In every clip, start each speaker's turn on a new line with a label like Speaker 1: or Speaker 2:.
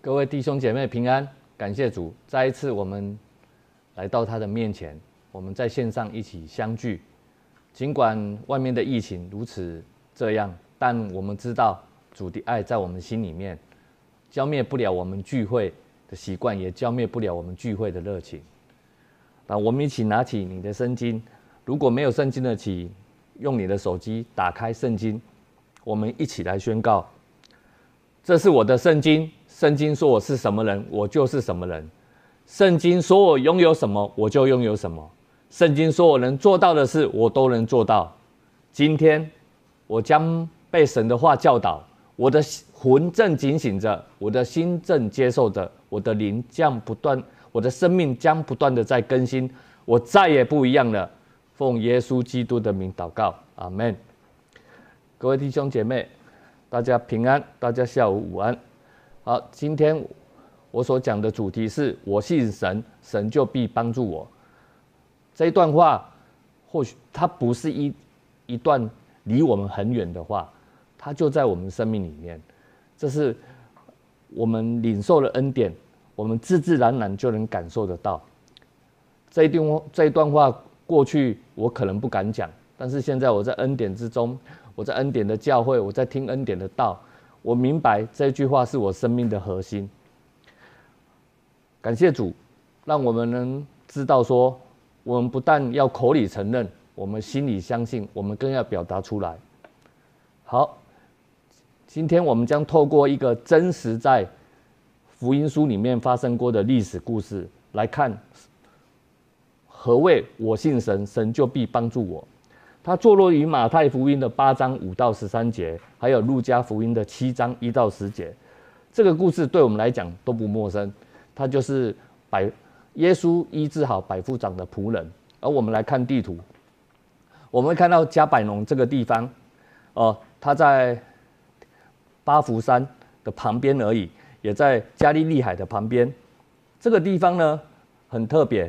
Speaker 1: 各位弟兄姐妹平安，感谢主，再一次我们来到他的面前，我们在线上一起相聚。尽管外面的疫情如此这样，但我们知道主的爱在我们心里面，浇灭不了我们聚会的习惯，也浇灭不了我们聚会的热情。那我们一起拿起你的圣经，如果没有圣经的，请用你的手机打开圣经，我们一起来宣告：这是我的圣经。圣经说我是什么人，我就是什么人。圣经说我拥有什么，我就拥有什么。圣经说我能做到的事，我都能做到。今天我将被神的话教导，我的魂正警醒着，我的心正接受着，我的灵将不断，我的生命将不断的在更新，我再也不一样了。奉耶稣基督的名祷告，阿们。各位弟兄姐妹，大家平安，大家下午午安。好，今天我所讲的主题是我信神，神就必帮助我。这一段话，或许它不是一段离我们很远的话，它就在我们生命里面。这是我们领受了恩典，我们自自然然就能感受得到。这一段话过去我可能不敢讲，但是现在我在恩典之中，我在恩典的教会，我在听恩典的道。我明白这句话是我生命的核心。感谢主，让我们能知道说，我们不但要口里承认，我们心里相信，我们更要表达出来。好，今天我们将透过一个真实在福音书里面发生过的历史故事来看，何谓我信神，神就必帮助我。它坐落于马太福音的8章5到13节，还有路加福音的7章1到10节。这个故事对我们来讲都不陌生，它就是耶稣医治好百夫长的仆人。而我们来看地图，我们会看到加百农这个地方，它在巴弗山的旁边而已，也在加利利海的旁边。这个地方呢很特别。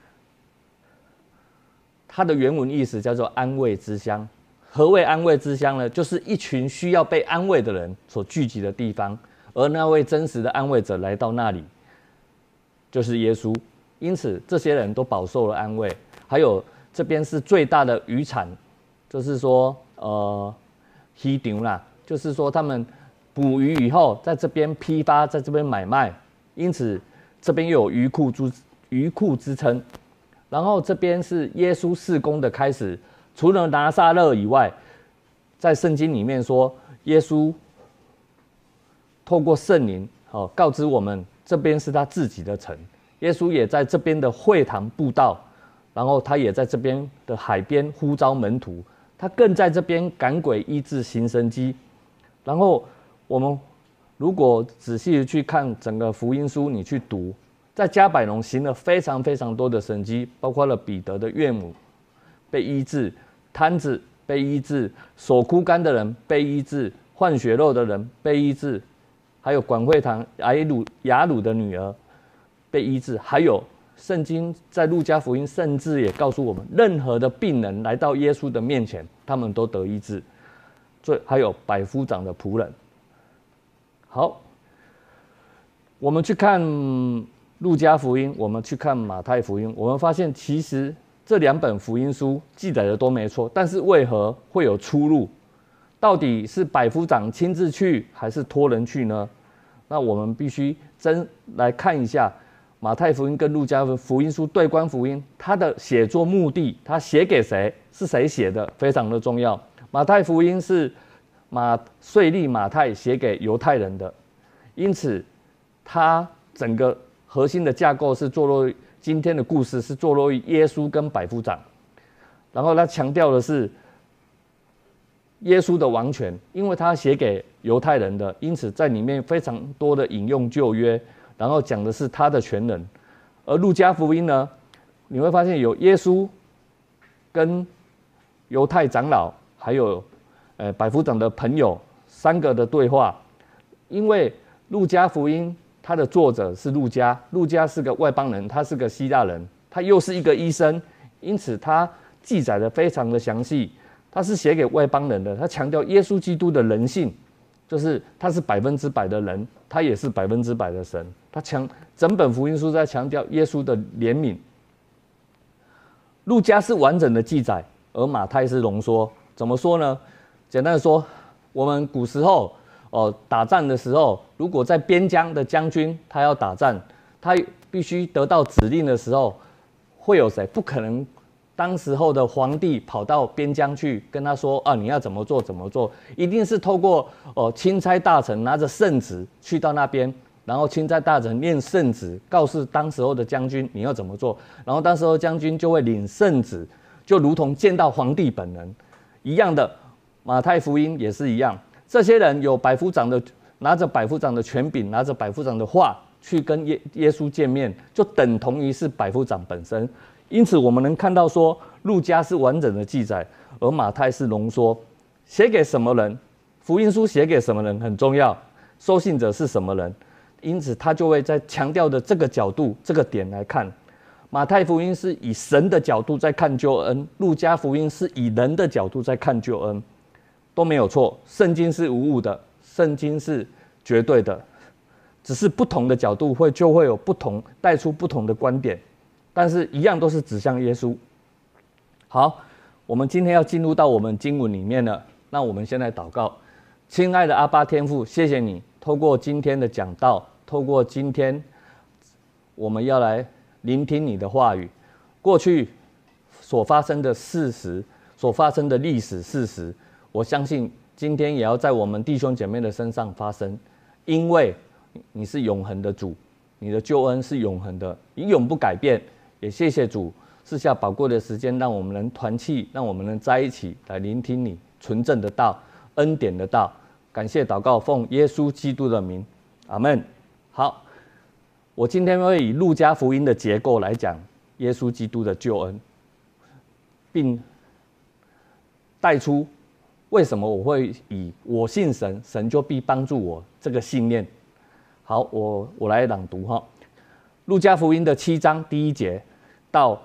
Speaker 1: 它的原文意思叫做安慰之乡。何谓安慰之乡呢？就是一群需要被安慰的人所聚集的地方，而那位真实的安慰者来到那里，就是耶稣。因此这些人都饱受了安慰。还有这边是最大的渔场，就是说渔场啦，就是说他们捕鱼以后在这边批发，在这边买卖，因此这边又有渔库之称。然后这边是耶稣事工的开始，除了拿撒勒以外，在圣经里面说，耶稣透过圣灵告知我们，这边是他自己的城。耶稣也在这边的会堂布道，然后他也在这边的海边呼召门徒，他更在这边赶鬼医治行神迹。然后我们如果仔细去看整个福音书，你去读，在加百农行了非常非常多的神迹，包括了彼得的岳母被医治，瘫子被医治，手枯干的人被医治，患血肉的人被医治，还有管会堂雅鲁的女儿被医治。还有圣经在路加福音甚至也告诉我们，任何的病人来到耶稣的面前，他们都得医治。还有百夫长的仆人。好，我们去看路加福音，我们去看马太福音，我们发现其实这两本福音书记载的都没错，但是为何会有出入？到底是百夫长亲自去，还是托人去呢？那我们必须来看一下马太福音跟路加福音书对观福音，它的写作目的，它写给谁，是谁写的，非常的重要。马太福音是税吏马太写给犹太人的，因此它整个核心的架构是坐落于今天的故事，是坐落于耶稣跟百夫长。然后他强调的是耶稣的王权，因为他写给犹太人的，因此在里面非常多的引用旧约，然后讲的是他的权能。而路加福音呢，你会发现有耶稣跟犹太长老还有百夫长的朋友3个的对话。因为路加福音他的作者是路加，路加是个外邦人，他是个希腊人，他又是一个医生，因此他记载的非常的详细。他是写给外邦人的，他强调耶稣基督的人性， 就是他是100%的人，他也是100%的神。整本福音书在强调耶稣的怜悯。路加是完整的记载，而马太是浓缩。怎么说呢？简单的说，我们古时候打仗的时候，如果在边疆的将军他要打仗，他必须得到指令的时候，会有谁？不可能当时候的皇帝跑到边疆去跟他说你要怎么做怎么做，一定是透过钦差大臣拿着圣旨去到那边，然后钦差大臣念圣旨，告诉当时候的将军你要怎么做，然后当时候将军就会领圣旨，就如同见到皇帝本人一样的。马太福音也是一样，这些人有百夫长的，拿着百夫长的权柄，拿着百夫长的话去跟耶稣见面，就等同于是百夫长本身。因此我们能看到说，路加是完整的记载，而马太是浓缩。写给什么人？福音书写给什么人很重要，收信者是什么人？因此他就会在强调的这个角度、这个点来看。马太福音是以神的角度在看救恩，路加福音是以人的角度在看救恩，都没有错。圣经是无误的，圣经是绝对的，只是不同的角度就会有不同，带出不同的观点，但是一样都是指向耶稣。好，我们今天要进入到我们经文里面了，那我们先来祷告。亲爱的阿爸天父，谢谢你透过今天的讲道，透过今天我们要来聆听你的话语，过去所发生的事实，所发生的历史事实，我相信今天也要在我们弟兄姐妹的身上发生，因为你是永恒的主，你的救恩是永恒的，你永不改变。也谢谢主赐下宝贵的时间，让我们能团契，让我们能在一起来聆听你纯正的道，恩典的道。感谢祷告，奉耶稣基督的名，阿们。好，我今天会以路加福音的结构来讲耶稣基督的救恩，并带出为什么我会以我信神，神就必帮助我这个信念。好，我来朗读哈，路加福音的7章1节到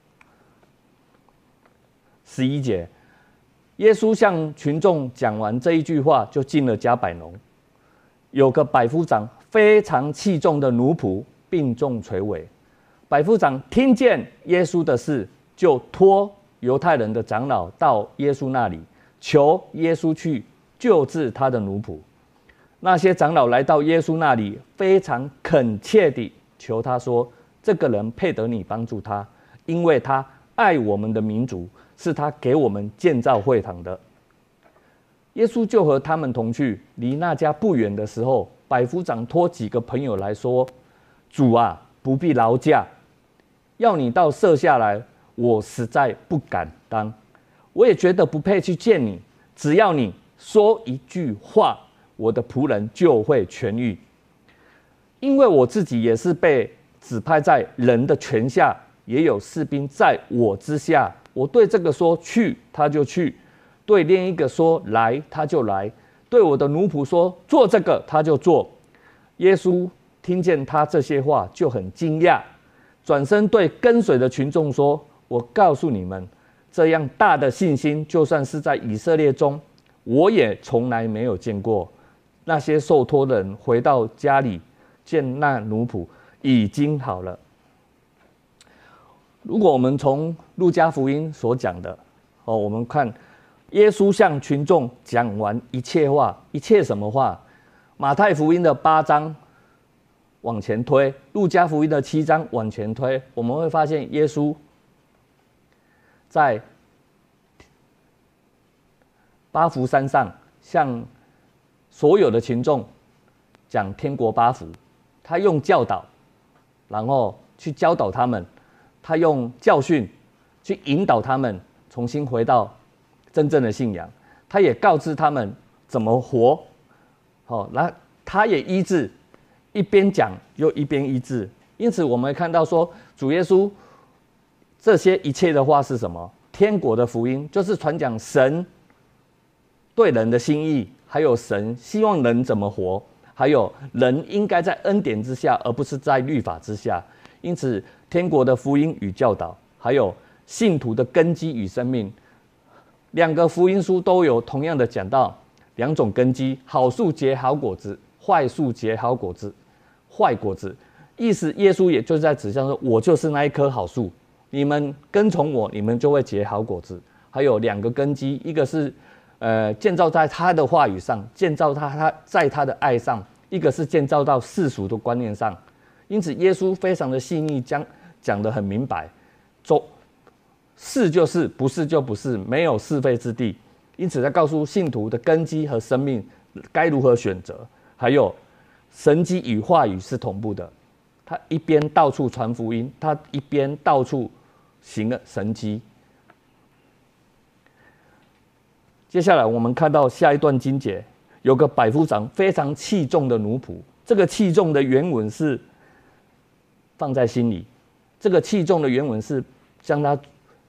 Speaker 1: 11节。耶稣向群众讲完这一句话，就进了迦百农。有个百夫长非常器重的奴仆病重垂危，百夫长听见耶稣的事，就托犹太人的长老到耶稣那里，求耶稣去救治他的奴仆。那些长老来到耶稣那里，非常恳切地求他说：“这个人配得你帮助他，因为他爱我们的民族，是他给我们建造会堂的。”耶稣就和他们同去，离那家不远的时候，百夫长托几个朋友来说：“主啊，不必劳驾，要你到舍下来，我实在不敢当。我也觉得不配去见你，只要你说一句话，我的仆人就会痊愈。因为我自己也是被指派在人的权下，也有士兵在我之下。我对这个说去，他就去；对另一个说来，他就来；对我的奴仆说做这个，他就做。”耶稣听见他这些话，就很惊讶，转身对跟随的群众说：“我告诉你们，这样大的信心，就算是在以色列中，我也从来没有见过。”那些受托的人回到家里，见那奴仆已经好了。如果我们从路加福音所讲的，我们看耶稣向群众讲完一切话，一切什么话？马太福音的8章往前推，路加福音的7章往前推，我们会发现耶稣在八福山上向所有的群众讲天国8福，他用教导，然后去教导他们，他用教训去引导他们重新回到真正的信仰，他也告知他们怎么活。那他也医治，一边讲又一边医治。因此我们会看到说，主耶稣这些一切的话是什么？天国的福音就是传讲神对人的心意，还有神希望人怎么活，还有人应该在恩典之下，而不是在律法之下。因此天国的福音与教导，还有信徒的根基与生命，两个福音书都有同样的讲到两种根基，好树结好果子，坏树结好果子，坏果子。意思耶稣也就是在指向说，我就是那一棵好树，你们跟从我，你们就会结好果子。还有两个根基，一个是建造在他的话语上，建造他在他的爱上，一个是建造到世俗的观念上。因此耶稣非常的细腻，讲得很明白，是就是，不是就不是，没有是非之地。因此他告诉信徒的根基和生命该如何选择，还有神迹与话语是同步的。他一边到处传福音，他一边到处行了神迹。接下来我们看到下一段经节，有个百夫长非常器重的奴仆，这个器重的原文是放在心里，这个器重的原文是将它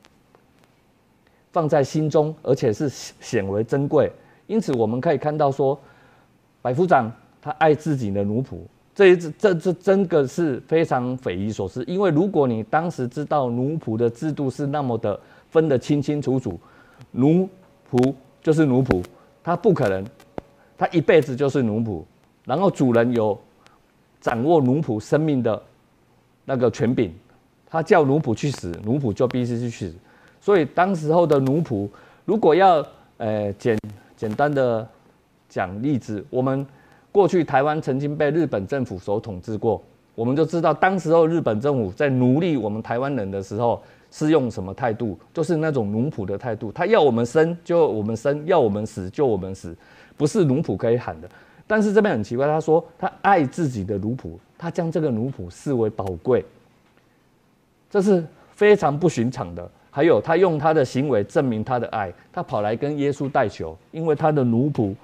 Speaker 1: 放在心中，而且是显为珍贵。因此我们可以看到说，百夫长他爱自己的奴仆，这真的是非常匪夷所思。因为如果你当时知道奴仆的制度是那么的分得清清楚楚，奴仆就是奴仆，他不可能，他一辈子就是奴仆，然后主人有掌握奴仆生命的那个权柄，他叫奴仆去死，奴仆就必须去死。所以当时候的奴仆，如果要简单的讲例子，我们过去台湾曾经被日本政府所统治过，我们就知道当时候日本政府在奴隶我们台湾人的时候是用什么态度，就是那种奴仆的态度，他要我们生就我们生，要我们死就我们死，不是奴仆可以喊的。但是这边很奇怪，他说他爱自己的奴仆，他将这个奴仆视为宝贵，这是非常不寻常的。还有他用他的行为证明他的爱，他跑来跟耶稣代求，因为他的奴仆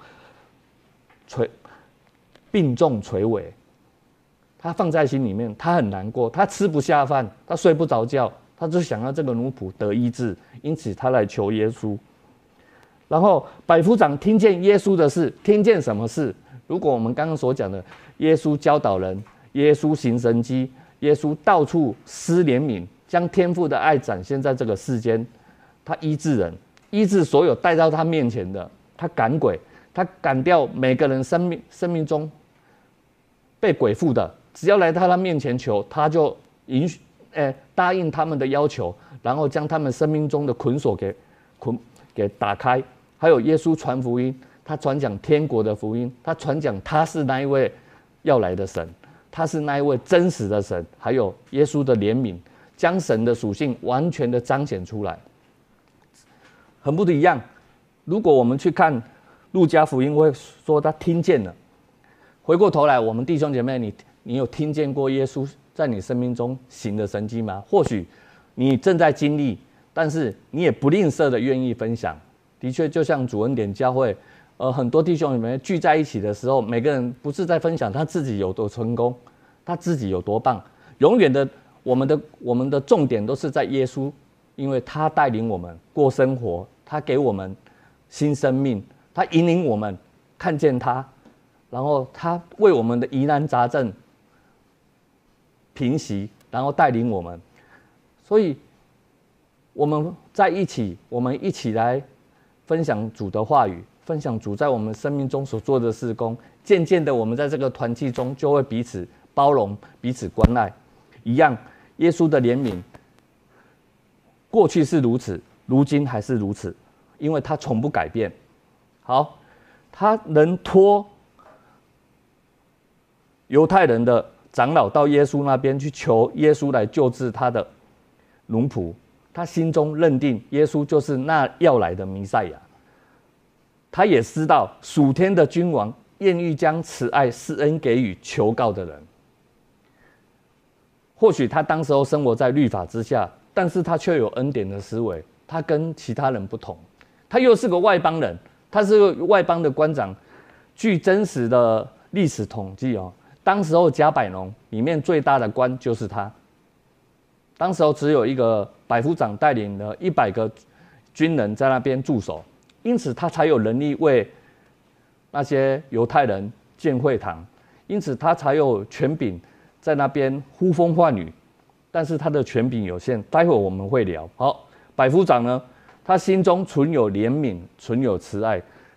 Speaker 1: 病重垂危，他放在心里面，他很难过，他吃不下饭，他睡不着觉，他就想要这个奴仆得医治，因此他来求耶稣。然后百夫长听见耶稣的事，听见什么事？如果我们刚刚所讲的，耶稣教导人，耶稣行神迹，耶稣到处施怜悯，将天父的爱展现在这个世间，他医治人，医治所有带到他面前的，他赶鬼，他赶掉每个人生命中被鬼附的，只要来到他面前求，他就答应他们的要求，然后将他们生命中的捆锁给打开。还有耶稣传福音，他传讲天国的福音，他传讲他是那一位要来的神，他是那一位真实的神，还有耶稣的怜悯，将神的属性完全的彰显出来，很不一样。如果我们去看路加福音，会说他听见了。回过头来，我们弟兄姐妹，你有听见过耶稣在你生命中行的神迹吗？或许你正在经历，但是你也不吝啬的愿意分享。的确，就像主恩典教会，很多弟兄姐妹聚在一起的时候，每个人不是在分享他自己有多成功，他自己有多棒，永远的我们的重点都是在耶稣，因为他带领我们过生活，他给我们新生命，他引领我们看见他，然后他为我们的疑难杂症平息，然后带领我们。所以我们在一起，我们一起来分享主的话语，分享主在我们生命中所做的事工。渐渐的，我们在这个团契中就会彼此包容，彼此关爱。一样，耶稣的怜悯，过去是如此，如今还是如此，因为他从不改变。好，他能托犹太人的长老到耶稣那边去求耶稣来救治他的奴仆，他心中认定耶稣就是那要来的弥赛亚。他也知道属天的君王愿意将慈爱施恩给予求告的人。或许他当时候生活在律法之下，但是他却有恩典的思维，他跟其他人不同。他又是个外邦人，他是个外邦的官长。据真实的历史统计当时候加百农里面最大的官就是他。当时候只有一个百夫长带领了100个军人在那边驻守，因此他才有能力为那些犹太人建会堂，因此他才有权柄在那边呼风唤雨。但是他的权柄有限，待会我们会聊。好，百夫长呢，他心中存有怜悯，存有慈爱，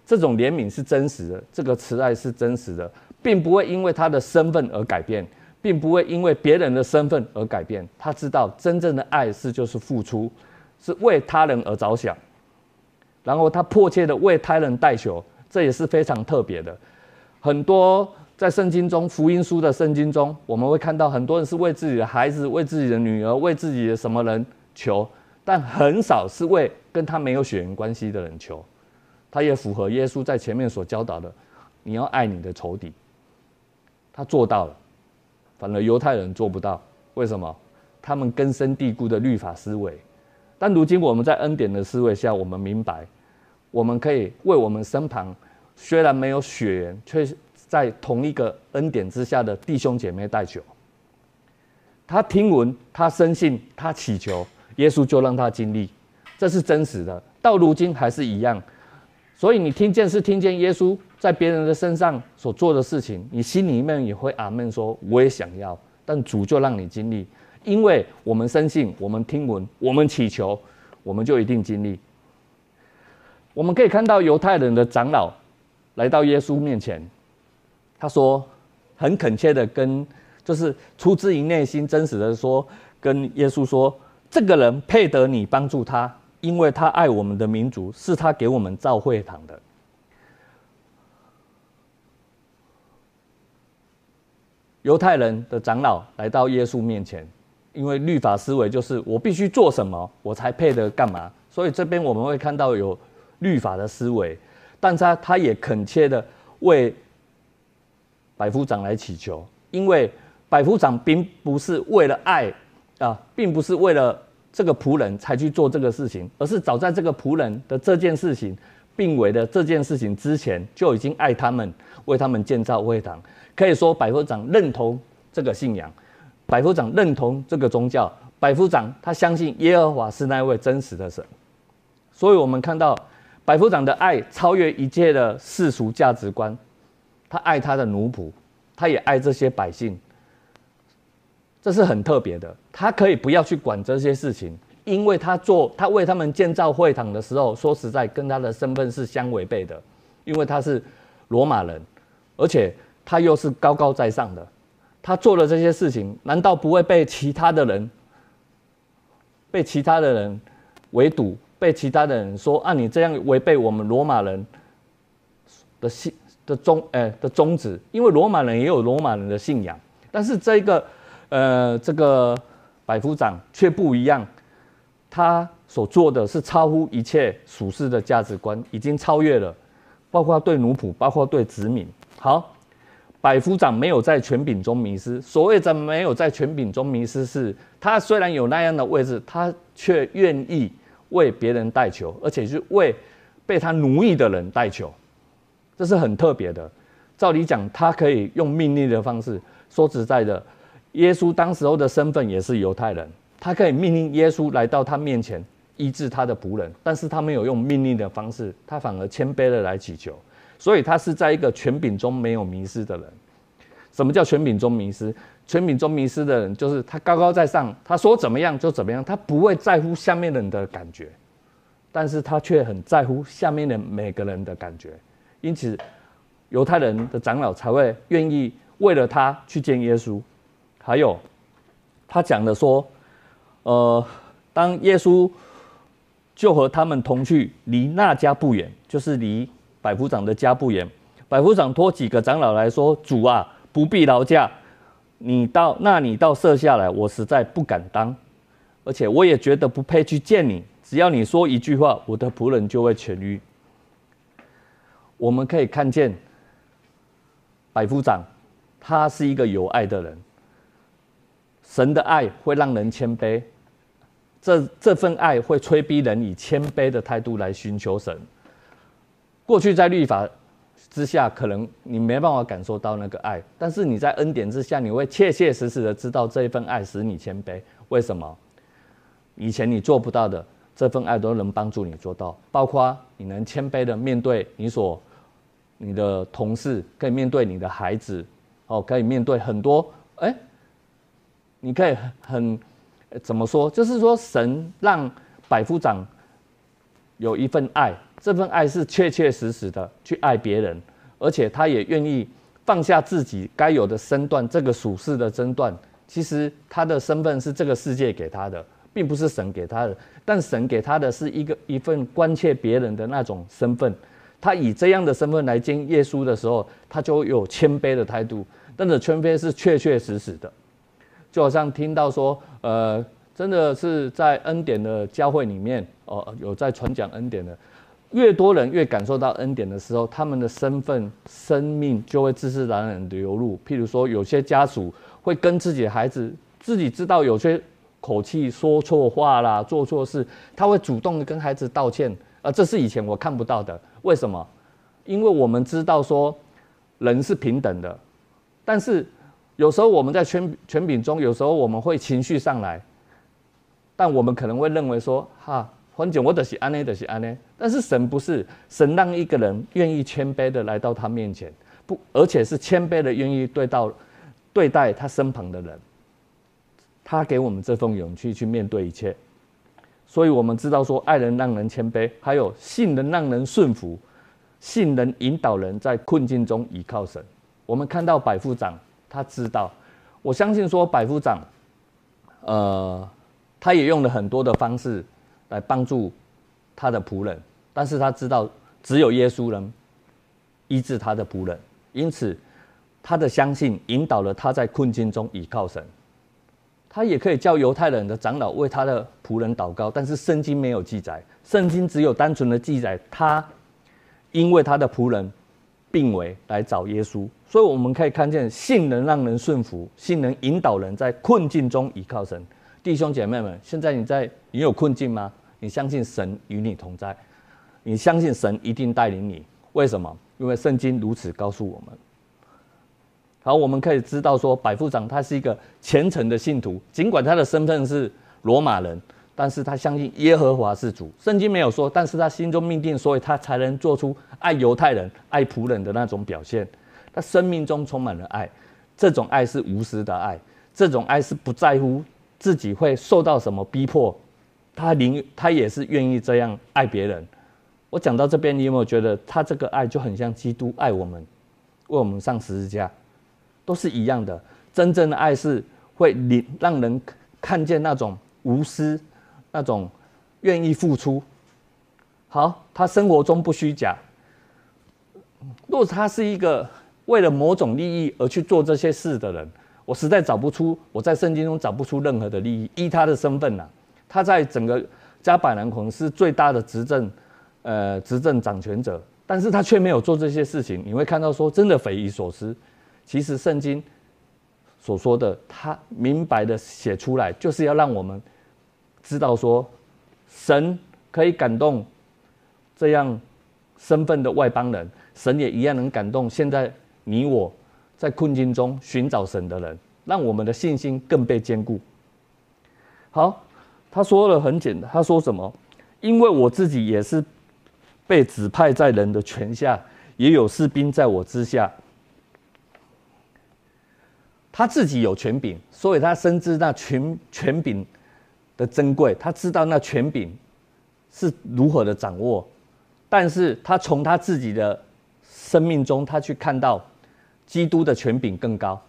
Speaker 1: 这种怜悯是真实的，这个慈爱是真实的，并不会因为他的身份而改变，并不会因为别人的身份而改变。他知道真正的爱就是付出，是为他人而着想，然后他迫切的为他人代求，这也是非常特别的。很多在圣经中，福音书的圣经中，我们会看到很多人是为自己的孩子、为自己的女儿、为自己的什么人求，但很少是为跟他没有血缘关系的人求。他也符合耶稣在前面所教导的，你要爱你的仇敌。他做到了，反而犹太人做不到。为什么？他们根深蒂固的律法思维。但如今我们在恩典的思维下，我们明白，我们可以为我们身旁虽然没有血缘，却在同一个恩典之下的弟兄姐妹代求。他听闻，他深信，他祈求，耶稣就让他经历，这是真实的。到如今还是一样。所以你听见是听见耶稣在别人的身上所做的事情，你心里面也会阿们说，我也想要。但主就让你经历，因为我们深信，我们听闻，我们祈求，我们就一定经历。我们可以看到犹太人的长老来到耶稣面前，他说很恳切的就是出自于内心真实的说，跟耶稣说，这个人配得你帮助他，因为他爱我们的民族，是他给我们造会堂的。犹太人的长老来到耶稣面前，因为律法思维就是我必须做什么我才配得干嘛，所以这边我们会看到有律法的思维，但是他也恳切的为百夫长来祈求，因为百夫长并不是为了爱并不是为了这个仆人才去做这个事情，而是早在这个仆人的这件事情病危的这件事情之前，就已经爱他们，为他们建造会堂。可以说百夫长认同这个信仰，百夫长认同这个宗教，百夫长他相信耶和华是那位真实的神。所以我们看到百夫长的爱超越一切的世俗价值观，他爱他的奴仆，他也爱这些百姓，这是很特别的。他可以不要去管这些事情，因为他为他们建造会堂的时候，说实在跟他的身份是相违背的，因为他是罗马人，而且他又是高高在上的。他做了这些事情，难道不会被其他的人围堵，被其他的人说你这样违背我们罗马人的宗旨？因为罗马人也有罗马人的信仰，但是这个百夫长却不一样，他所做的是超乎一切属世的价值观，已经超越了，包括对奴仆，包括对子民。好，百夫长没有在权柄中迷失。所谓的没有在权柄中迷失，是他虽然有那样的位置，他却愿意为别人代求，而且是为被他奴役的人代求，这是很特别的。照理讲，他可以用命令的方式。说实在的，耶稣当时候的身份也是犹太人，他可以命令耶稣来到他面前医治他的仆人，但是他没有用命令的方式，他反而谦卑的来祈求。所以他是在一个权柄中没有迷失的人。什么叫权柄中迷失？权柄中迷失的人就是他高高在上，他说怎么样就怎么样，他不会在乎下面人的感觉，但是他却很在乎下面的每个人的感觉。因此犹太人的长老才会愿意为了他去见耶稣。还有他讲的说当耶稣就和他们同去，离那家不远，就是离百夫长的家不远。百夫长托几个长老来说，主啊，不必劳驾，你到舍下来，我实在不敢当，而且我也觉得不配去见你，只要你说一句话，我的仆人就会痊愈。我们可以看见百夫长他是一个有爱的人，神的爱会让人谦卑，这份爱会催逼人以谦卑的态度来寻求神。过去在律法之下，可能你没办法感受到那个爱，但是你在恩典之下，你会切切实实的知道这一份爱使你谦卑。为什么？以前你做不到的，这份爱都能帮助你做到，包括你能谦卑的面对你的同事，可以面对你的孩子，可以面对很多，你可以怎么说？就是说，神让百夫长有一份爱， 这份爱是确确实实的去爱别人，而且他也愿意放下自己该有的身段，这个属世的身段。其实他的身份是这个世界给他的，并不是神给他的，但神给他的是一份关切别人的那种身份。他以这样的身份来见耶稣的时候，他就有谦卑的态度，但是谦卑是确确实实的。就好像听到说，真的是在恩典的教会里面，有在传讲恩典的，越多人越感受到恩典的时候，他们的身份、生命就会自自然然流露。譬如说，有些家属会跟自己的孩子，自己知道有些口气说错话啦、做错事，他会主动的跟孩子道歉。这是以前我看不到的。为什么？因为我们知道说人是平等的，但是有时候我们在权柄中，有时候我们会情绪上来，但我们可能会认为说，反正我就是安呢，就是安呢。但是神不是，神让一个人愿意谦卑的来到他面前，而且是谦卑的愿意对待他身旁的人。他给我们这份勇气去面对一切。所以我们知道说，爱人让人谦卑，还有信人让人顺服，信人引导人在困境中倚靠神。我们看到百夫长，他知道，我相信说百夫长，他也用了很多的方式来帮助他的仆人，但是他知道只有耶稣能医治他的仆人，因此他的相信引导了他在困境中倚靠神。他也可以叫犹太人的长老为他的仆人祷告，但是圣经没有记载，圣经只有单纯的记载他因为他的仆人病危来找耶稣。所以我们可以看见，信能让人顺服，信能引导人在困境中倚靠神。弟兄姐妹们，现在你有困境吗？你相信神与你同在，你相信神一定带领你。为什么？因为圣经如此告诉我们。好，我们可以知道说，百夫长他是一个虔诚的信徒，尽管他的身份是罗马人，但是他相信耶和华是主。圣经没有说，但是他心中命定，所以他才能做出爱犹太人、爱仆人的那种表现。他生命中充满了爱，这种爱是无私的爱，这种爱是不在乎自己会受到什么逼迫，他也是愿意这样爱别人。我讲到这边，你有没有觉得他这个爱就很像基督爱我们，为我们上十字架？都是一样的。真正的爱是会让人看见那种无私，那种愿意付出。好，他生活中不虚假。若他是一个为了某种利益而去做这些事的人，我实在我在圣经中找不出任何的利益。依他的身份他在整个加百兰可能是最大的执政掌权者，但是他却没有做这些事情。你会看到说，真的匪夷所思。其实圣经所说的，他明白的写出来，就是要让我们知道说，神可以感动这样身份的外邦人，神也一样能感动现在你我在困境中寻找神的人，让我们的信心更被坚固。好，他说了很简单，他说什么？因为我自己也是被指派在人的权下，也有士兵在我之下。他自己有权柄，所以他深知那权柄的珍贵，他知道那权柄是如何的掌握。但是他从他自己的生命中，他去看到基督的权柄更高。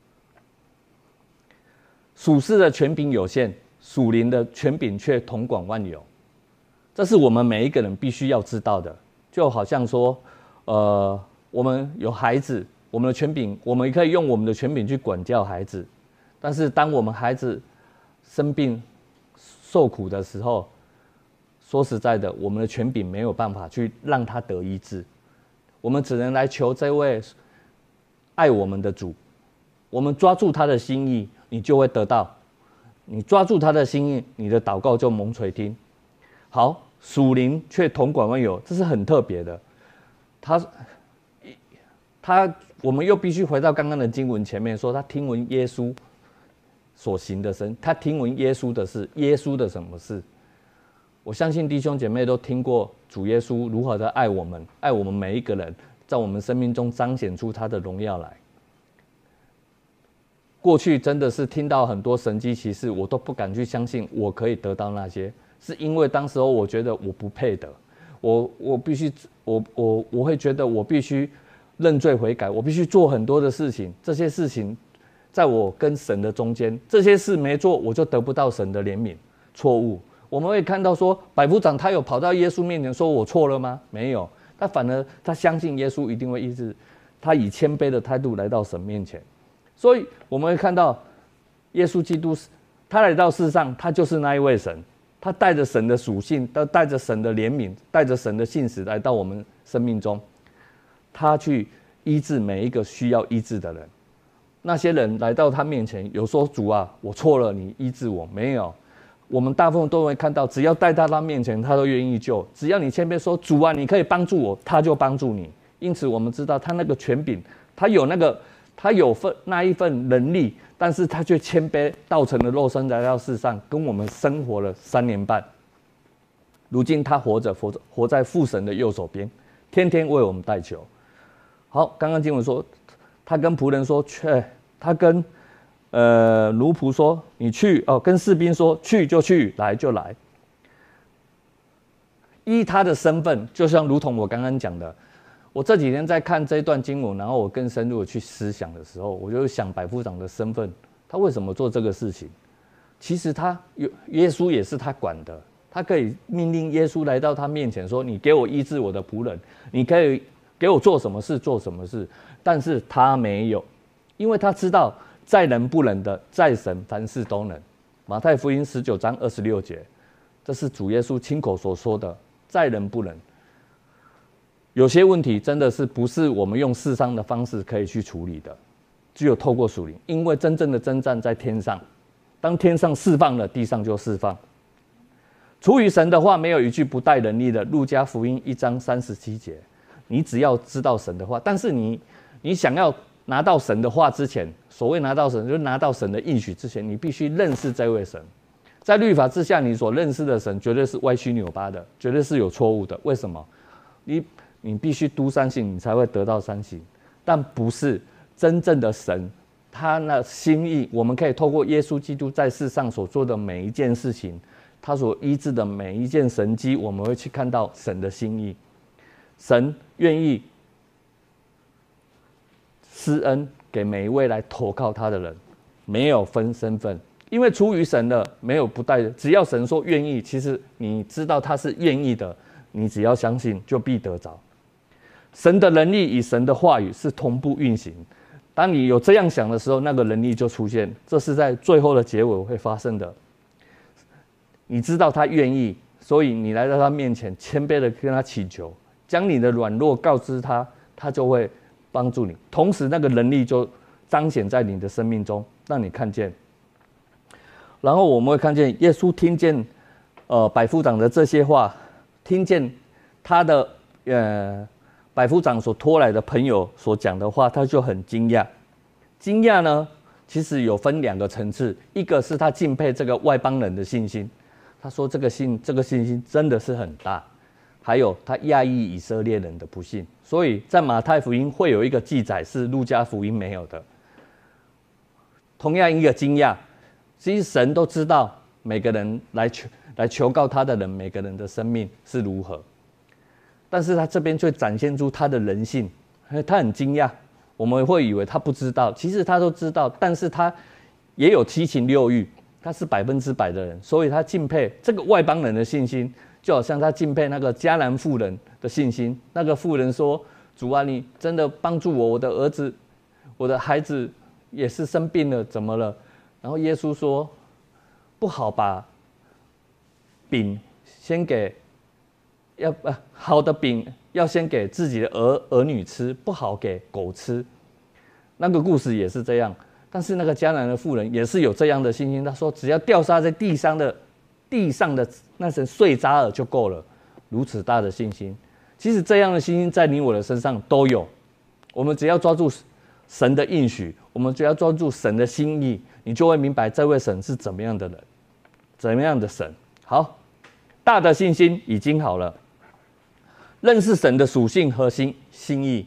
Speaker 1: 属世的权柄有限，属灵的权柄却统管万有。这是我们每一个人必须要知道的。就好像说，我们有孩子。我们的权柄，我们可以用我们的权柄去管教孩子，但是当我们孩子生病、受苦的时候，说实在的，我们的权柄没有办法去让他得医治，我们只能来求这位爱我们的主。我们抓住他的心意，你就会得到；你抓住他的心意，你的祷告就蒙垂听。好，属灵却统管万有，这是很特别的。我们又必须回到刚刚的经文前面说，他听闻耶稣所行的神，他听闻耶稣的事，耶稣的什么事？我相信弟兄姐妹都听过主耶稣如何的爱我们每一个人，在我们生命中彰显出他的荣耀来。过去真的是听到很多神迹奇事，我都不敢去相信我可以得到那些，是因为当时候我觉得我不配得， 我必须我会觉得我必须认罪悔改，我必须做很多的事情，这些事情在我跟神的中间，这些事没做，我就得不到神的怜悯。错误，我们会看到说，百夫长他有跑到耶稣面前说我错了吗？没有，他反而他相信耶稣一定会医治，他以谦卑的态度来到神面前。所以我们会看到耶稣基督，他来到世上，他就是那一位神，他带着神的属性，带着神的怜悯，带着神的信实来到我们生命中，他去医治每一个需要医治的人。那些人来到他面前，有说主啊，我错了，你医治我。没有，我们大部分都会看到，只要带到他面前，他都愿意救。只要你谦卑说主啊，你可以帮助我，他就帮助你。因此我们知道他那个权柄，他有那一份能力，但是他却谦卑道成了肉身来到世上，跟我们生活了3年半。如今他活在父神的右手边，天天为我们代求。好，刚刚经文说，他跟仆人说，他跟奴仆说，你去哦，跟士兵说，去就去，来就来。依他的身份，就像如同我刚刚讲的，我这几天在看这一段经文，然后我更深入的去思想的时候，我就想百夫长的身份，他为什么做这个事情？其实耶稣也是他管的，他可以命令耶稣来到他面前说：“你给我医治我的仆人，你可以给我做什么事做什么事。”但是他没有，因为他知道在人不能的，在神凡事都能。马太福音19章26节，这是主耶稣亲口所说的，在人不能。有些问题真的是不是我们用世上的方式可以去处理的，只有透过属灵，因为真正的征战在天上，当天上释放了，地上就释放。出于神的话，没有一句不带能力的。路加福音1章37节，你只要知道神的话，但是你想要拿到神的话之前，所谓拿到神，就是拿到神的应许之前，你必须认识这位神。在律法之下，你所认识的神绝对是歪曲扭巴的，绝对是有错误的。为什么？你必须都相信，你才会得到相信，但不是真正的神。他那心意，我们可以透过耶稣基督在世上所做的每一件事情，他所医治的每一件神迹，我们会去看到神的心意。神愿意施恩给每一位来投靠他的人，没有分身份，因为出于神的没有不带的，只要神说愿意，其实你知道他是愿意的，你只要相信就必得着。神的能力与神的话语是同步运行，当你有这样想的时候，那个能力就出现，这是在最后的结尾会发生的。你知道他愿意，所以你来到他面前，谦卑的跟他祈求，将你的软弱告知他，他就会帮助你。同时，那个能力就彰显在你的生命中，让你看见。然后我们会看见耶稣听见百夫长的这些话，听见他的百夫长所托来的朋友所讲的话，他就很惊讶。惊讶呢，其实有分2个层次，一个是他敬佩这个外邦人的信心，他说这个信心真的是很大，还有他讶异以色列人的不信。所以在马太福音会有一个记载是路加福音没有的。同样一个惊讶，其实神都知道每个人来求告他的人，每个人的生命是如何。但是他这边却展现出他的人性，他很惊讶，我们会以为他不知道，其实他都知道，但是他也有7情6欲，他是100%的人，所以他敬佩这个外邦人的信心，就好像他敬佩那个迦南妇人的信心。那个妇人说：“主啊，你真的帮助我，我的儿子，我的孩子也是生病了，怎么了？”然后耶稣说：“不好把饼先给。”好的饼要先给自己的儿女吃，不好给狗吃。那个故事也是这样，但是那个迦南的妇人也是有这样的信心，他说只要掉沙在地上的那层碎渣儿就够了，如此大的信心。其实这样的信心在你我的身上都有，我们只要抓住神的应许，我们只要抓住神的心意，你就会明白这位神是怎么样的人，怎么样的神。好，大的信心已经好了。认识神的属性和心意，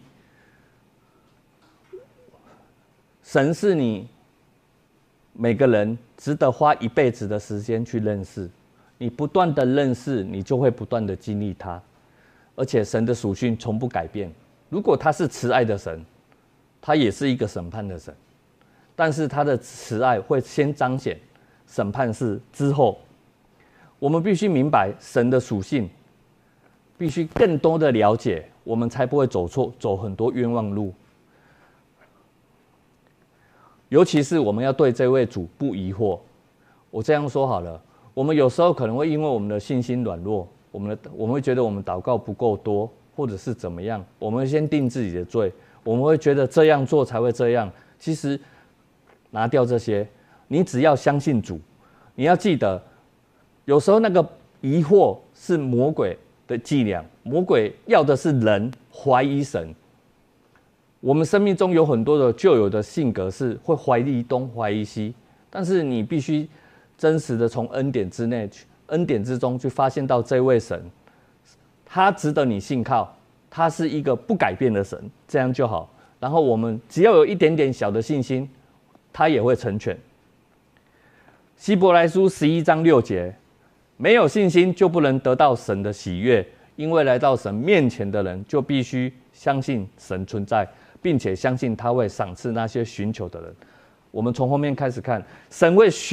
Speaker 1: 神是你每个人值得花一辈子的时间去认识。你不断的认识，你就会不断的经历他。 而且神的属性从不改变。如果他是慈爱的神，他也是一个审判的神，但是他的慈爱会先彰显，审判是之后。我们必须明白神的属性，必须更多的了解，我们才不会走错，走很多冤枉路。尤其是我们要对这位主不疑惑。我这样说好了，我们有时候可能会因为我们的信心软弱，我们会觉得我们祷告不够多，或者是怎么样，我们会先定自己的罪，我们会觉得这样做才会这样。其实拿掉这些，你只要相信主，你要记得，有时候那个疑惑是魔鬼的伎俩，魔鬼要的是人怀疑神。我们生命中有很多的旧有的性格是会怀疑东怀疑西，但是你必须真实的从恩典之内、恩典之中去发现到这位神，他值得你信靠，他是一个不改变的神，这样就好。然后我们只要有一点点小的信心，他也会成全。希伯来书11章6节，没有信心就不能得到神的喜悦，因为来到神面前的人就必须相信神存在，并且相信他会赏赐那些寻求的人。我们从后面开始看，神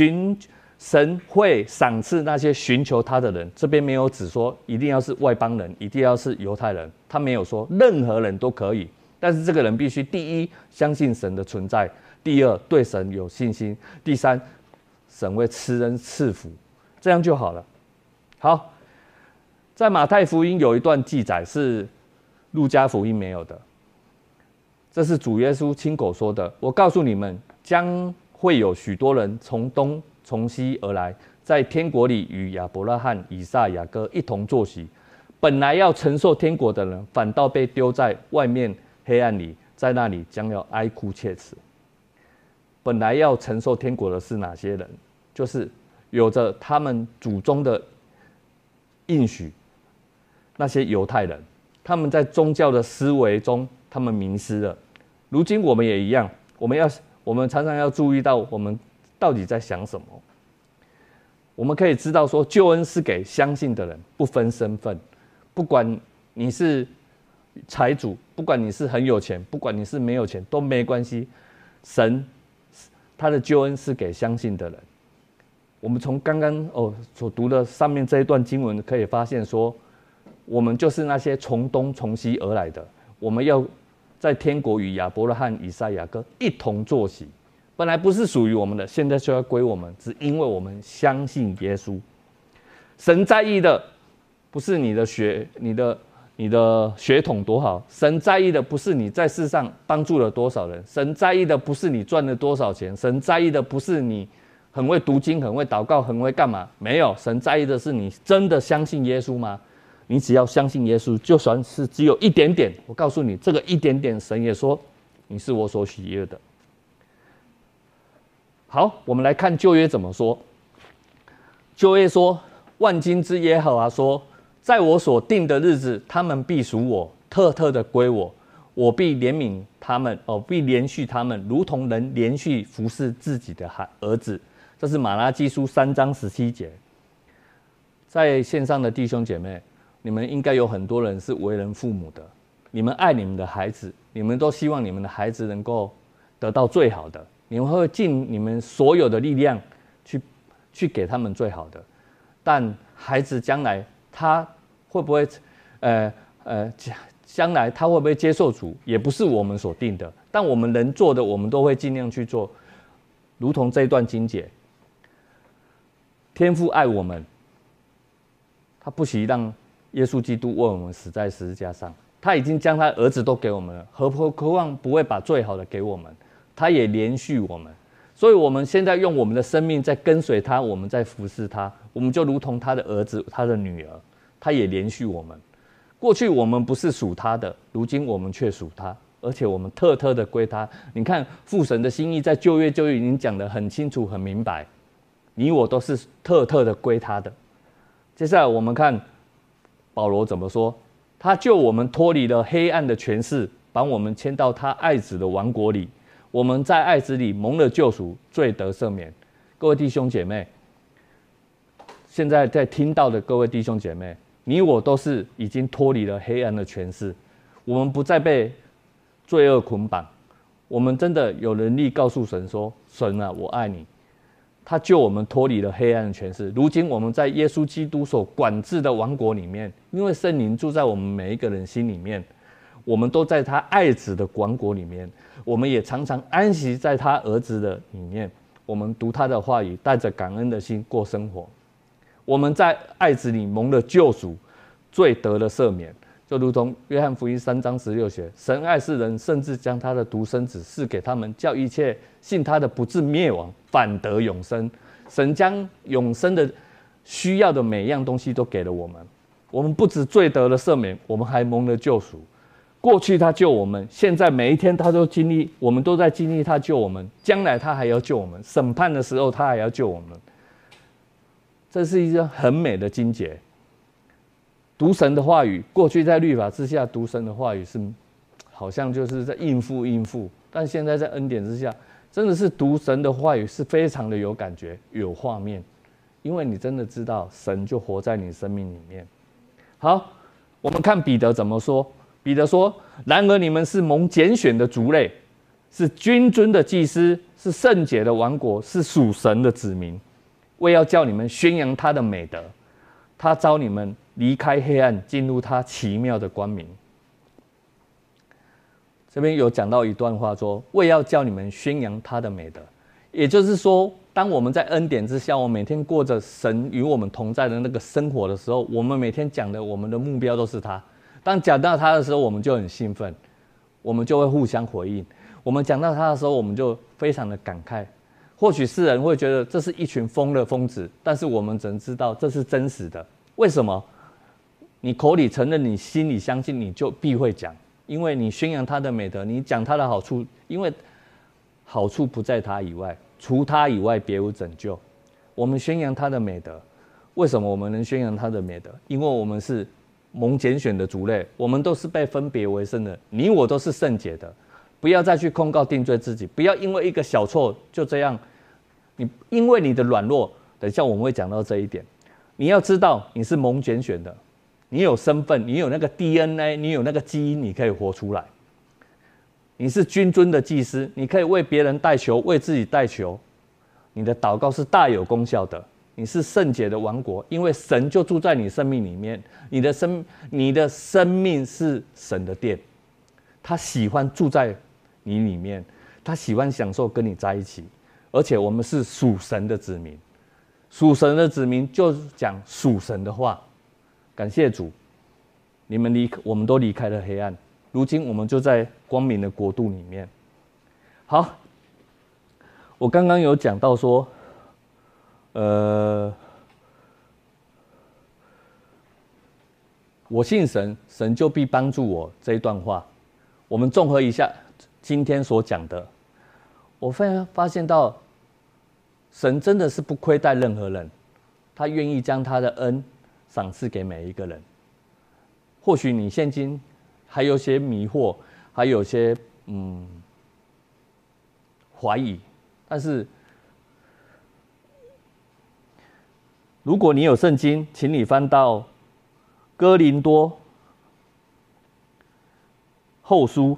Speaker 1: 会赏赐那些寻求他的人。这边没有只说一定要是外邦人，一定要是犹太人，他没有说任何人都可以。但是这个人必须第一相信神的存在，第二对神有信心，第三神会赐恩赐福，这样就好了。好，在马太福音有一段记载是路加福音没有的，这是主耶稣亲口说的。我告诉你们，将会有许多人从东从西而来，在天国里与亚伯拉罕、以撒、雅各一同坐席。本来要承受天国的人，反倒被丢在外面黑暗里，在那里将要哀哭切齿。本来要承受天国的是哪些人？就是有着他们祖宗的应许，那些犹太人，他们在宗教的思维中，他们迷失了。如今我们也一样，我们常常要注意到我们到底在想什么。我们可以知道说，救恩是给相信的人，不分身份，不管你是财主，不管你是很有钱，不管你是没有钱，都没关系。神他的救恩是给相信的人。我们从刚刚所读的上面这一段经文可以发现说，我们就是那些从东从西而来的，我们要在天国与亚伯拉罕、以撒、雅各一同坐席。本来不是属于我们的，现在就要归我们，只因为我们相信耶稣。神在意的不是你的血统多好，神在意的不是你在世上帮助了多少人，神在意的不是你赚了多少钱，神在意的不是你很会读经、很会祷告、很会干嘛，没有，神在意的是你真的相信耶稣吗？你只要相信耶稣，就算是只有一点点，我告诉你，这个一点点，神也说你是我所喜悦的。好，我们来看旧约怎么说。旧约说，万军之耶和华说，在我所定的日子，他们必属我，特特的归我，我必怜悯他们，必连续他们，如同人连续服侍自己的儿子。这是马拉基书3章17节。在线上的弟兄姐妹，你们应该有很多人是为人父母的，你们爱你们的孩子，你们都希望你们的孩子能够得到最好的，你们会尽你们所有的力量去给他们最好的。但孩子将来他会不会将来他会不会接受主，也不是我们所定的，但我们能做的，我们都会尽量去做。如同这一段经节，天父爱我们，他不惜让耶稣基督为我们死在十字架上，他已经将他儿子都给我们了，何况不会把最好的给我们？他也连续我们，所以我们现在用我们的生命在跟随他，我们在服侍他，我们就如同他的儿子、他的女儿，他也连续我们。过去我们不是属他的，如今我们却属他，而且我们特特的归他。你看父神的心意在旧约就已经讲得很清楚、很明白，你我都是特特的归他的。接下来我们看保罗怎么说，他救我们脱离了黑暗的权势，把我们迁到他爱子的王国里。我们在爱子里蒙了救赎，罪得赦免。各位弟兄姐妹，现在在听到的各位弟兄姐妹， 你我都是已经脱离了黑暗的权势，我们不再被罪恶捆绑，我们真的有能力告诉神说：神啊，我爱你。他救我们脱离了黑暗的权势。如今我们在耶稣基督所管制的王国里面，因为圣灵住在我们每一个人心里面，我们都在他爱子的王国里面，我们也常常安息在他儿子的里面。我们读他的话语，带着感恩的心过生活。我们在爱子里蒙了救赎，罪得了赦免。就如同约翰福音3章16节，神爱世人，甚至将他的独生子赐给他们，叫一切信他的不至灭亡，反得永生。神将永生的需要的每一样东西都给了我们。我们不止罪得了赦免，我们还蒙了救赎。过去他救我们，现在每一天他都经历，我们都在经历他救我们，将来他还要救我们，审判的时候他还要救我们。这是一个很美的经节。读神的话语，过去在律法之下读神的话语是好像就是在应付，但现在在恩典之下，真的是读神的话语是非常的有感觉、有画面，因为你真的知道神就活在你生命里面。好，我们看彼得怎么说。彼得说：然而你们是蒙拣选的族类，是君尊的祭司，是圣洁的王国，是属神的子民，为要叫你们宣扬他的美德。他召你们离开黑暗，进入他奇妙的光明。这边有讲到一段话说，为要叫你们宣扬他的美德。也就是说，当我们在恩典之下，我每天过着神与我们同在的那个生活的时候，我们每天讲的我们的目标都是他。当讲到他的时候，我们就很兴奋，我们就会互相回应。我们讲到他的时候，我们就非常的感慨。或许世人会觉得这是一群疯的疯子，但是我们只能知道这是真实的。为什么？你口里承认，你心里相信，你就必会讲，因为你宣扬他的美德，你讲他的好处，因为好处不在他以外，除他以外别无拯救。我们宣扬他的美德，为什么我们能宣扬他的美德？因为我们是蒙拣选的族类，我们都是被分别为圣的，你我都是圣洁的。不要再去控告定罪自己，不要因为一个小错就这样，因为你的软弱，等一下我们会讲到这一点。你要知道你是蒙拣选的，你有身份，你有那个 DNA， 你有那个基因，你可以活出来。你是君尊的祭司，你可以为别人代求，为自己代求。你的祷告是大有功效的。你是圣洁的王国，因为神就住在你生命里面。你的生命是神的殿，他喜欢住在你里面，他喜欢享受跟你在一起。而且我们是属神的子民，属神的子民就讲属神的话。感谢主，我们都离开了黑暗，如今我们就在光明的国度里面。好，我刚刚有讲到说，我信神，神就必帮助我这一段话。我们综合一下今天所讲的，我发现到神真的是不亏待任何人，他愿意将他的恩赏赐给每一个人。或许你现今还有些迷惑，还有些怀疑，但是如果你有圣经，请你翻到哥林多后书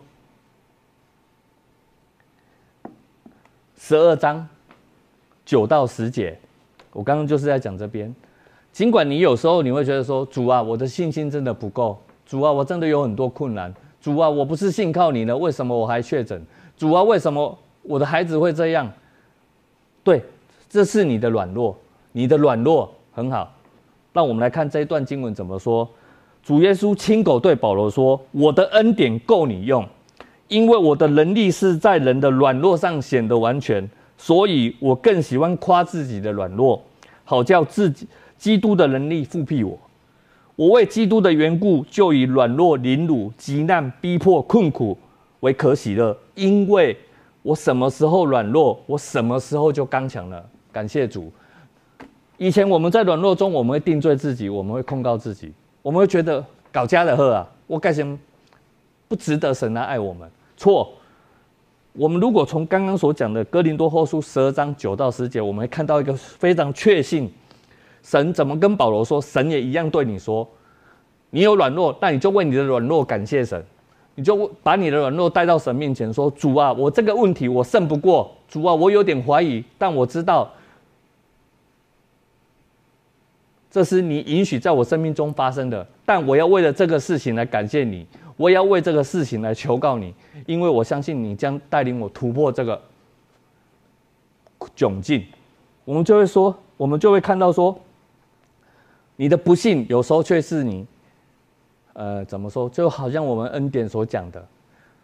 Speaker 1: 12章9到10节，我刚刚就是在讲这边。尽管你有时候你会觉得说，主啊，我的信心真的不够，主啊，我真的有很多困难，主啊，我不是信靠你呢，为什么我还确诊？主啊，为什么我的孩子会这样？对，这是你的软弱，你的软弱很好。让我们来看这一段经文怎么说。主耶稣亲口对保罗说：我的恩典够你用，因为我的能力是在人的软弱上显得完全，所以我更喜欢夸自己的软弱，好叫基督的能力复辟我。我为基督的缘故，就以软弱、凌辱、急难、逼迫、困苦为可喜乐，因为我什么时候软弱，我什么时候就刚强了。感谢主。以前我们在软弱中，我们会定罪自己，我们会控告自己，我们会觉得搞家的喝啊，我干什么不值得神来爱我们？错。我们如果从刚刚所讲的哥林多后书12章9到10节，我们会看到一个非常确信，神怎么跟保罗说，神也一样对你说。 你有软弱，那你就为你的软弱感谢神，你就把你的软弱带到神面前，说：主啊，我这个问题我胜不过，主啊，我有点怀疑，但我知道这是你允许在我生命中发生的，但我要为了这个事情来感谢你，我也要为这个事情来求告你，因为我相信你将带领我突破这个窘境。我们就会看到说，你的不幸有时候却是你，怎么说？就好像我们恩典所讲的，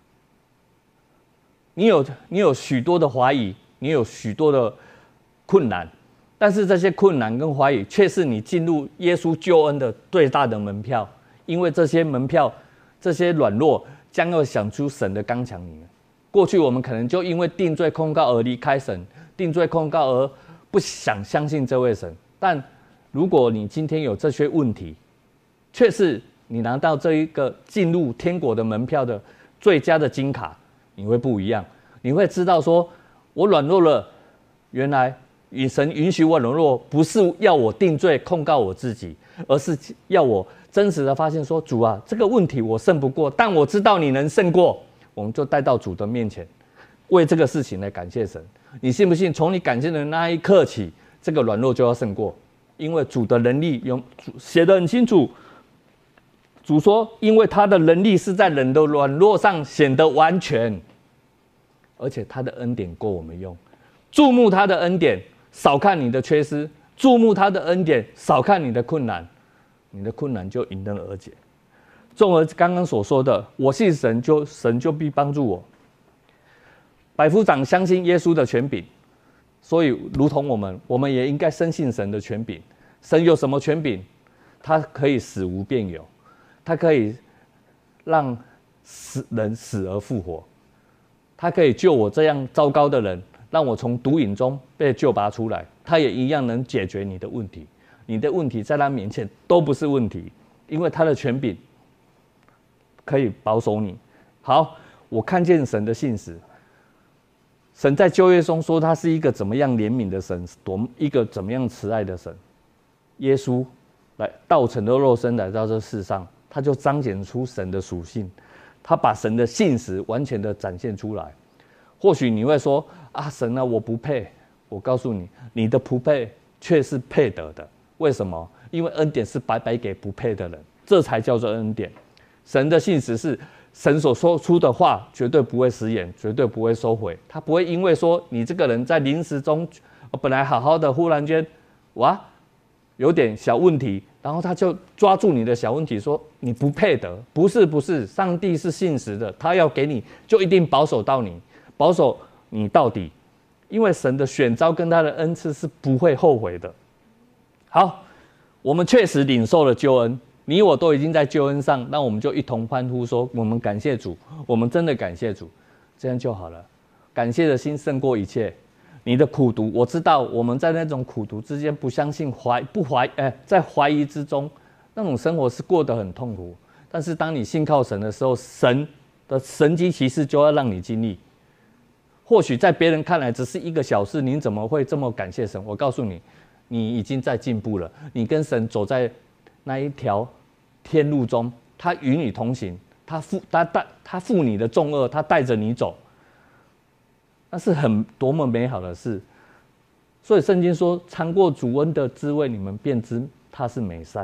Speaker 1: 你有许多的怀疑，你有许多的困难。但是这些困难跟怀疑，却是你进入耶稣救恩的最大的门票，因为这些门票、这些软弱，将要想出神的刚强里面。过去我们可能就因为定罪控告而离开神，定罪控告而不想相信这位神。但如果你今天有这些问题，却是你拿到这一个进入天国的门票的最佳的金卡，你会不一样。你会知道说，我软弱了，原来神允许我软弱，不是要我定罪控告我自己，而是要我真实的发现说，主啊，这个问题我胜不过，但我知道你能胜过。我们就带到主的面前，为这个事情来感谢神。你信不信？从你感谢的那一刻起，这个软弱就要胜过，因为主的能力写得很清楚。主说，因为他的能力是在人的软弱上显得完全，而且他的恩典够我们用。注目他的恩典，少看你的缺失；注目他的恩典，少看你的困难，你的困难就迎刃而解。综合刚刚所说的，我信神就必帮助我。百夫长相信耶稣的权柄，所以如同我们也应该深信神的权柄。神有什么权柄？他可以使无变有，他可以让人死而复活，他可以救我这样糟糕的人，让我从毒瘾中被救拔出来。他也一样能解决你的问题，你的问题在他面前都不是问题，因为他的权柄可以保守你。好，我看见神的信实。神在旧约中说他是一个怎么样怜悯的神，一个怎么样慈爱的神。耶稣道成的肉身来到这世上，他就彰显出神的属性，他把神的信实完全的展现出来。或许你会说啊，神啊，我不配。我告诉你，你的不配却是配得的。为什么？因为恩典是白白给不配的人，这才叫做恩典。神的信实是神所说出的话绝对不会食言，绝对不会收回。他不会因为说你这个人在临时中本来好好的，忽然间有点小问题，然后他就抓住你的小问题说你不配得。不是，上帝是信实的，他要给你就一定保守你到底。因为神的选召跟他的恩赐是不会后悔的。好，我们确实领受了救恩，你我都已经在救恩上，那我们就一同欢呼说，我们感谢主，我们真的感谢主，这样就好了。感谢的心胜过一切。你的苦读，我知道我们在那种苦读之间不相信在怀疑之中，那种生活是过得很痛苦。但是当你信靠神的时候，神的神迹奇事就要让你经历。或许在别人看来只是一个小事，你怎么会这么感谢神？我告诉你，你已经在进步了。你跟神走在那一条天路中，他与你同行，他负你的重恶，他带着你走，那是多么美好的事。所以圣经说，尝过主恩的滋味，你们便知他是美善。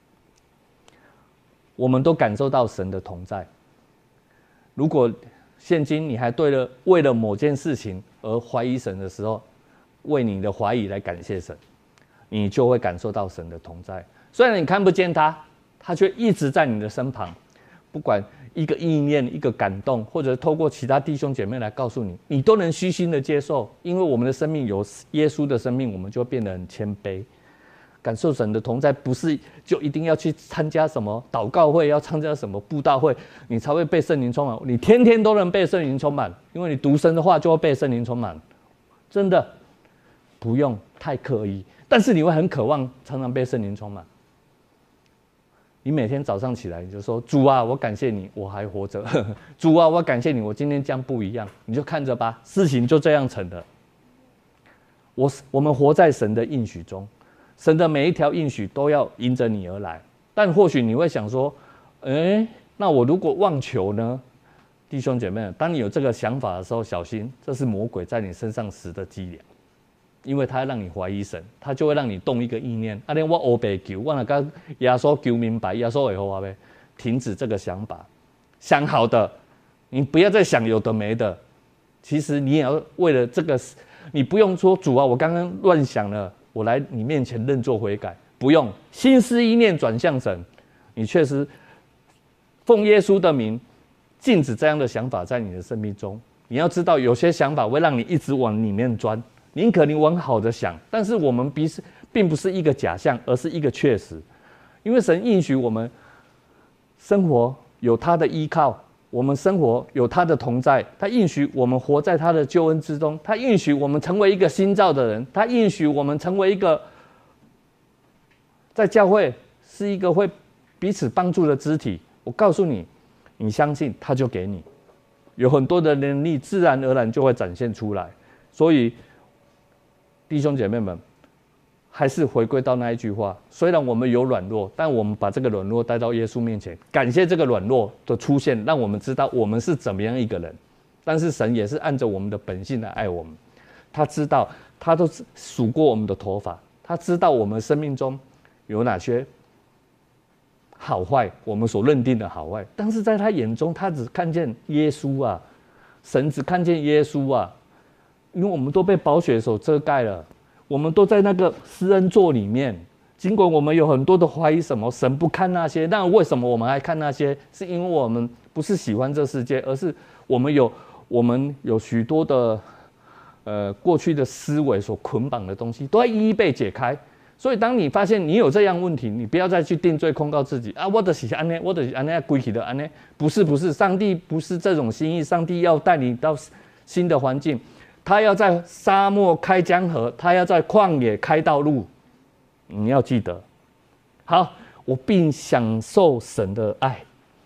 Speaker 1: 我们都感受到神的同在。如果现今你还为了某件事情而怀疑神的时候，为你的怀疑来感谢神，你就会感受到神的同在。虽然你看不见他，他却一直在你的身旁。不管一个意念、一个感动，或者透过其他弟兄姐妹来告诉你，你都能虚心的接受。因为我们的生命有耶稣的生命，我们就变得很谦卑。感受神的同在，不是就一定要去参加什么祷告会，要参加什么布道会，你才会被圣灵充满。你天天都能被圣灵充满，因为你读神的话就会被圣灵充满。真的不用太刻意，但是你会很渴望常常被圣灵充满。你每天早上起来，你就说：主啊，我感谢你，我还活着。主啊，我感谢你，我今天将不一样。你就看着吧，事情就这样成的。我们活在神的应许中。神的每一条应许都要迎着你而来， 但或许你会想说，那我如果妄求呢？弟兄姐妹，当你有这个想法的时候，小心，这是魔鬼在你身上使的伎俩，因为他让你怀疑神，他就会让你动一个意念，啊，我黑白求，我若跟耶稣求明白，耶稣会给我呗，停止这个想法，想好的，你不要再想有的没的。其实你也要为了这个，你不用说主啊，我刚刚乱想了，我来你面前认罪悔改，不用，心思意念转向神，你确实奉耶稣的名。禁止这样的想法在你的生命中。你要知道，有些想法会让你一直往里面钻，宁可你往好的想。但是我们并不是一个假象，而是一个确实。因为神应许我们生活有他的依靠，我们生活有他的同在，他应许我们活在他的救恩之中，他应许我们成为一个新造的人，他应许我们成为一个在教会是一个会彼此帮助的肢体。我告诉你。你相信他就给你，有很多的能力自然而然就会展现出来。所以弟兄姐妹们，还是回归到那一句话，虽然我们有软弱，但我们把这个软弱带到耶稣面前，感谢这个软弱的出现，让我们知道我们是怎么样一个人。但是神也是按照我们的本性来爱我们，他知道，他都数过我们的头发，他知道我们生命中有哪些好坏，我们所认定的好坏，但是在他眼中，他只看见耶稣啊，神只看见耶稣啊，因为我们都被宝血所遮盖了，我们都在那个施恩座里面。尽管我们有很多的怀疑，什么神不看那些，那为什么我们还看那些？是因为我们不是喜欢这世界，而是我们有许多的过去的思维所捆绑的东西，都要一一被解开。所以，当你发现你有这样问题，你不要再去定罪控告自己啊！我就是安呢，我就是安呢，归起的安呢，不是，上帝不是这种心意，上帝要带你到新的环境，他要在沙漠开江河，他要在旷野开道路，你要记得。好，我并享受神的爱，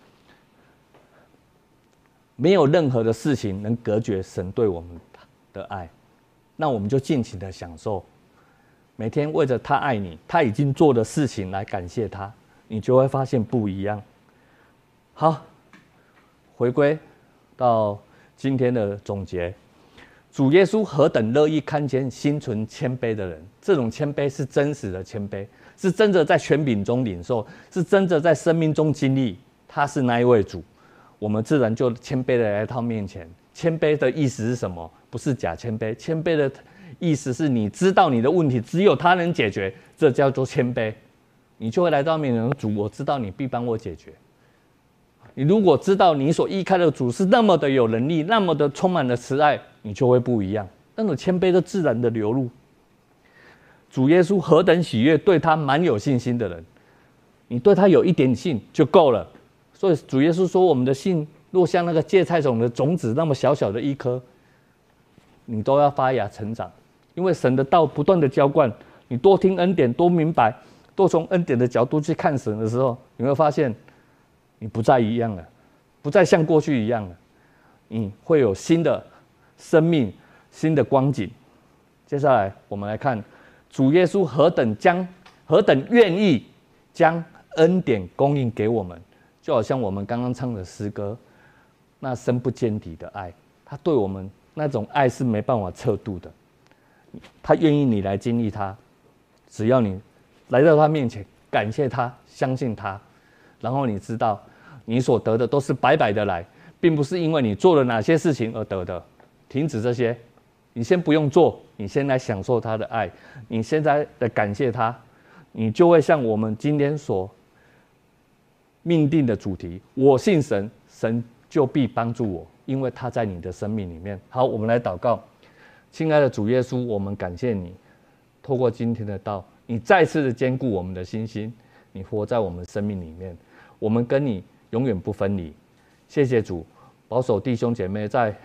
Speaker 1: 没有任何的事情能隔绝神对我们的爱，那我们就尽情的享受。每天为着他爱你，他已经做的事情来感谢他，你就会发现不一样。好，回归到今天的总结，主耶稣何等乐意看见心存谦卑的人，这种谦卑是真实的谦卑，是真的在权柄中领受，是真的在生命中经历，他是那一位主，我们自然就谦卑的来到面前。谦卑的意思是什么？不是假谦卑，谦卑的意思是你知道你的问题只有他能解决，这叫做谦卑。你就会来到面前说，主，我知道你必帮我解决。你如果知道你所依靠的主是那么的有能力，那么的充满了慈爱，你就会不一样。那种谦卑的自然的流露。主耶稣何等喜悦对他蛮有信心的人，你对他有一点信就够了。所以主耶稣说，我们的信若像那个芥菜种的种子那么小小的一颗，你都要发芽成长。因为神的道不断的浇灌，你多听恩典，多明白，多从恩典的角度去看神的时候，你会发现你不再一样了，不再像过去一样了，你会有新的生命，新的光景。接下来我们来看主耶稣何等愿意将恩典供应给我们，就好像我们刚刚唱的诗歌，那深不见底的爱，他对我们那种爱是没办法测度的。他愿意你来经历他，只要你来到他面前，感谢他，相信他，然后你知道你所得的都是白白的来，并不是因为你做了哪些事情而得的。停止这些，你先不用做，你先来享受他的爱，你现在的感谢他，你就会像我们今天所命定的主题，我信神，神就必帮助我，因为他在你的生命里面。好，我们来祷告。亲爱的主耶稣，我们感谢你，透过今天的道，你再次的坚固我们的信心，你活在我们生命里面，我们跟你永远不分离。谢谢主，保守弟兄姐妹在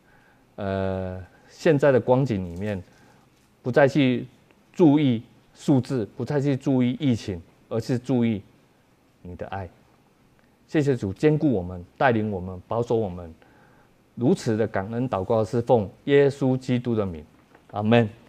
Speaker 1: 现在的光景里面，不再去注意数字，不再去注意疫情，而是注意你的爱。谢谢主坚固我们，带领我们，保守我们。如此的感恩祷告是奉耶稣基督的名，阿们。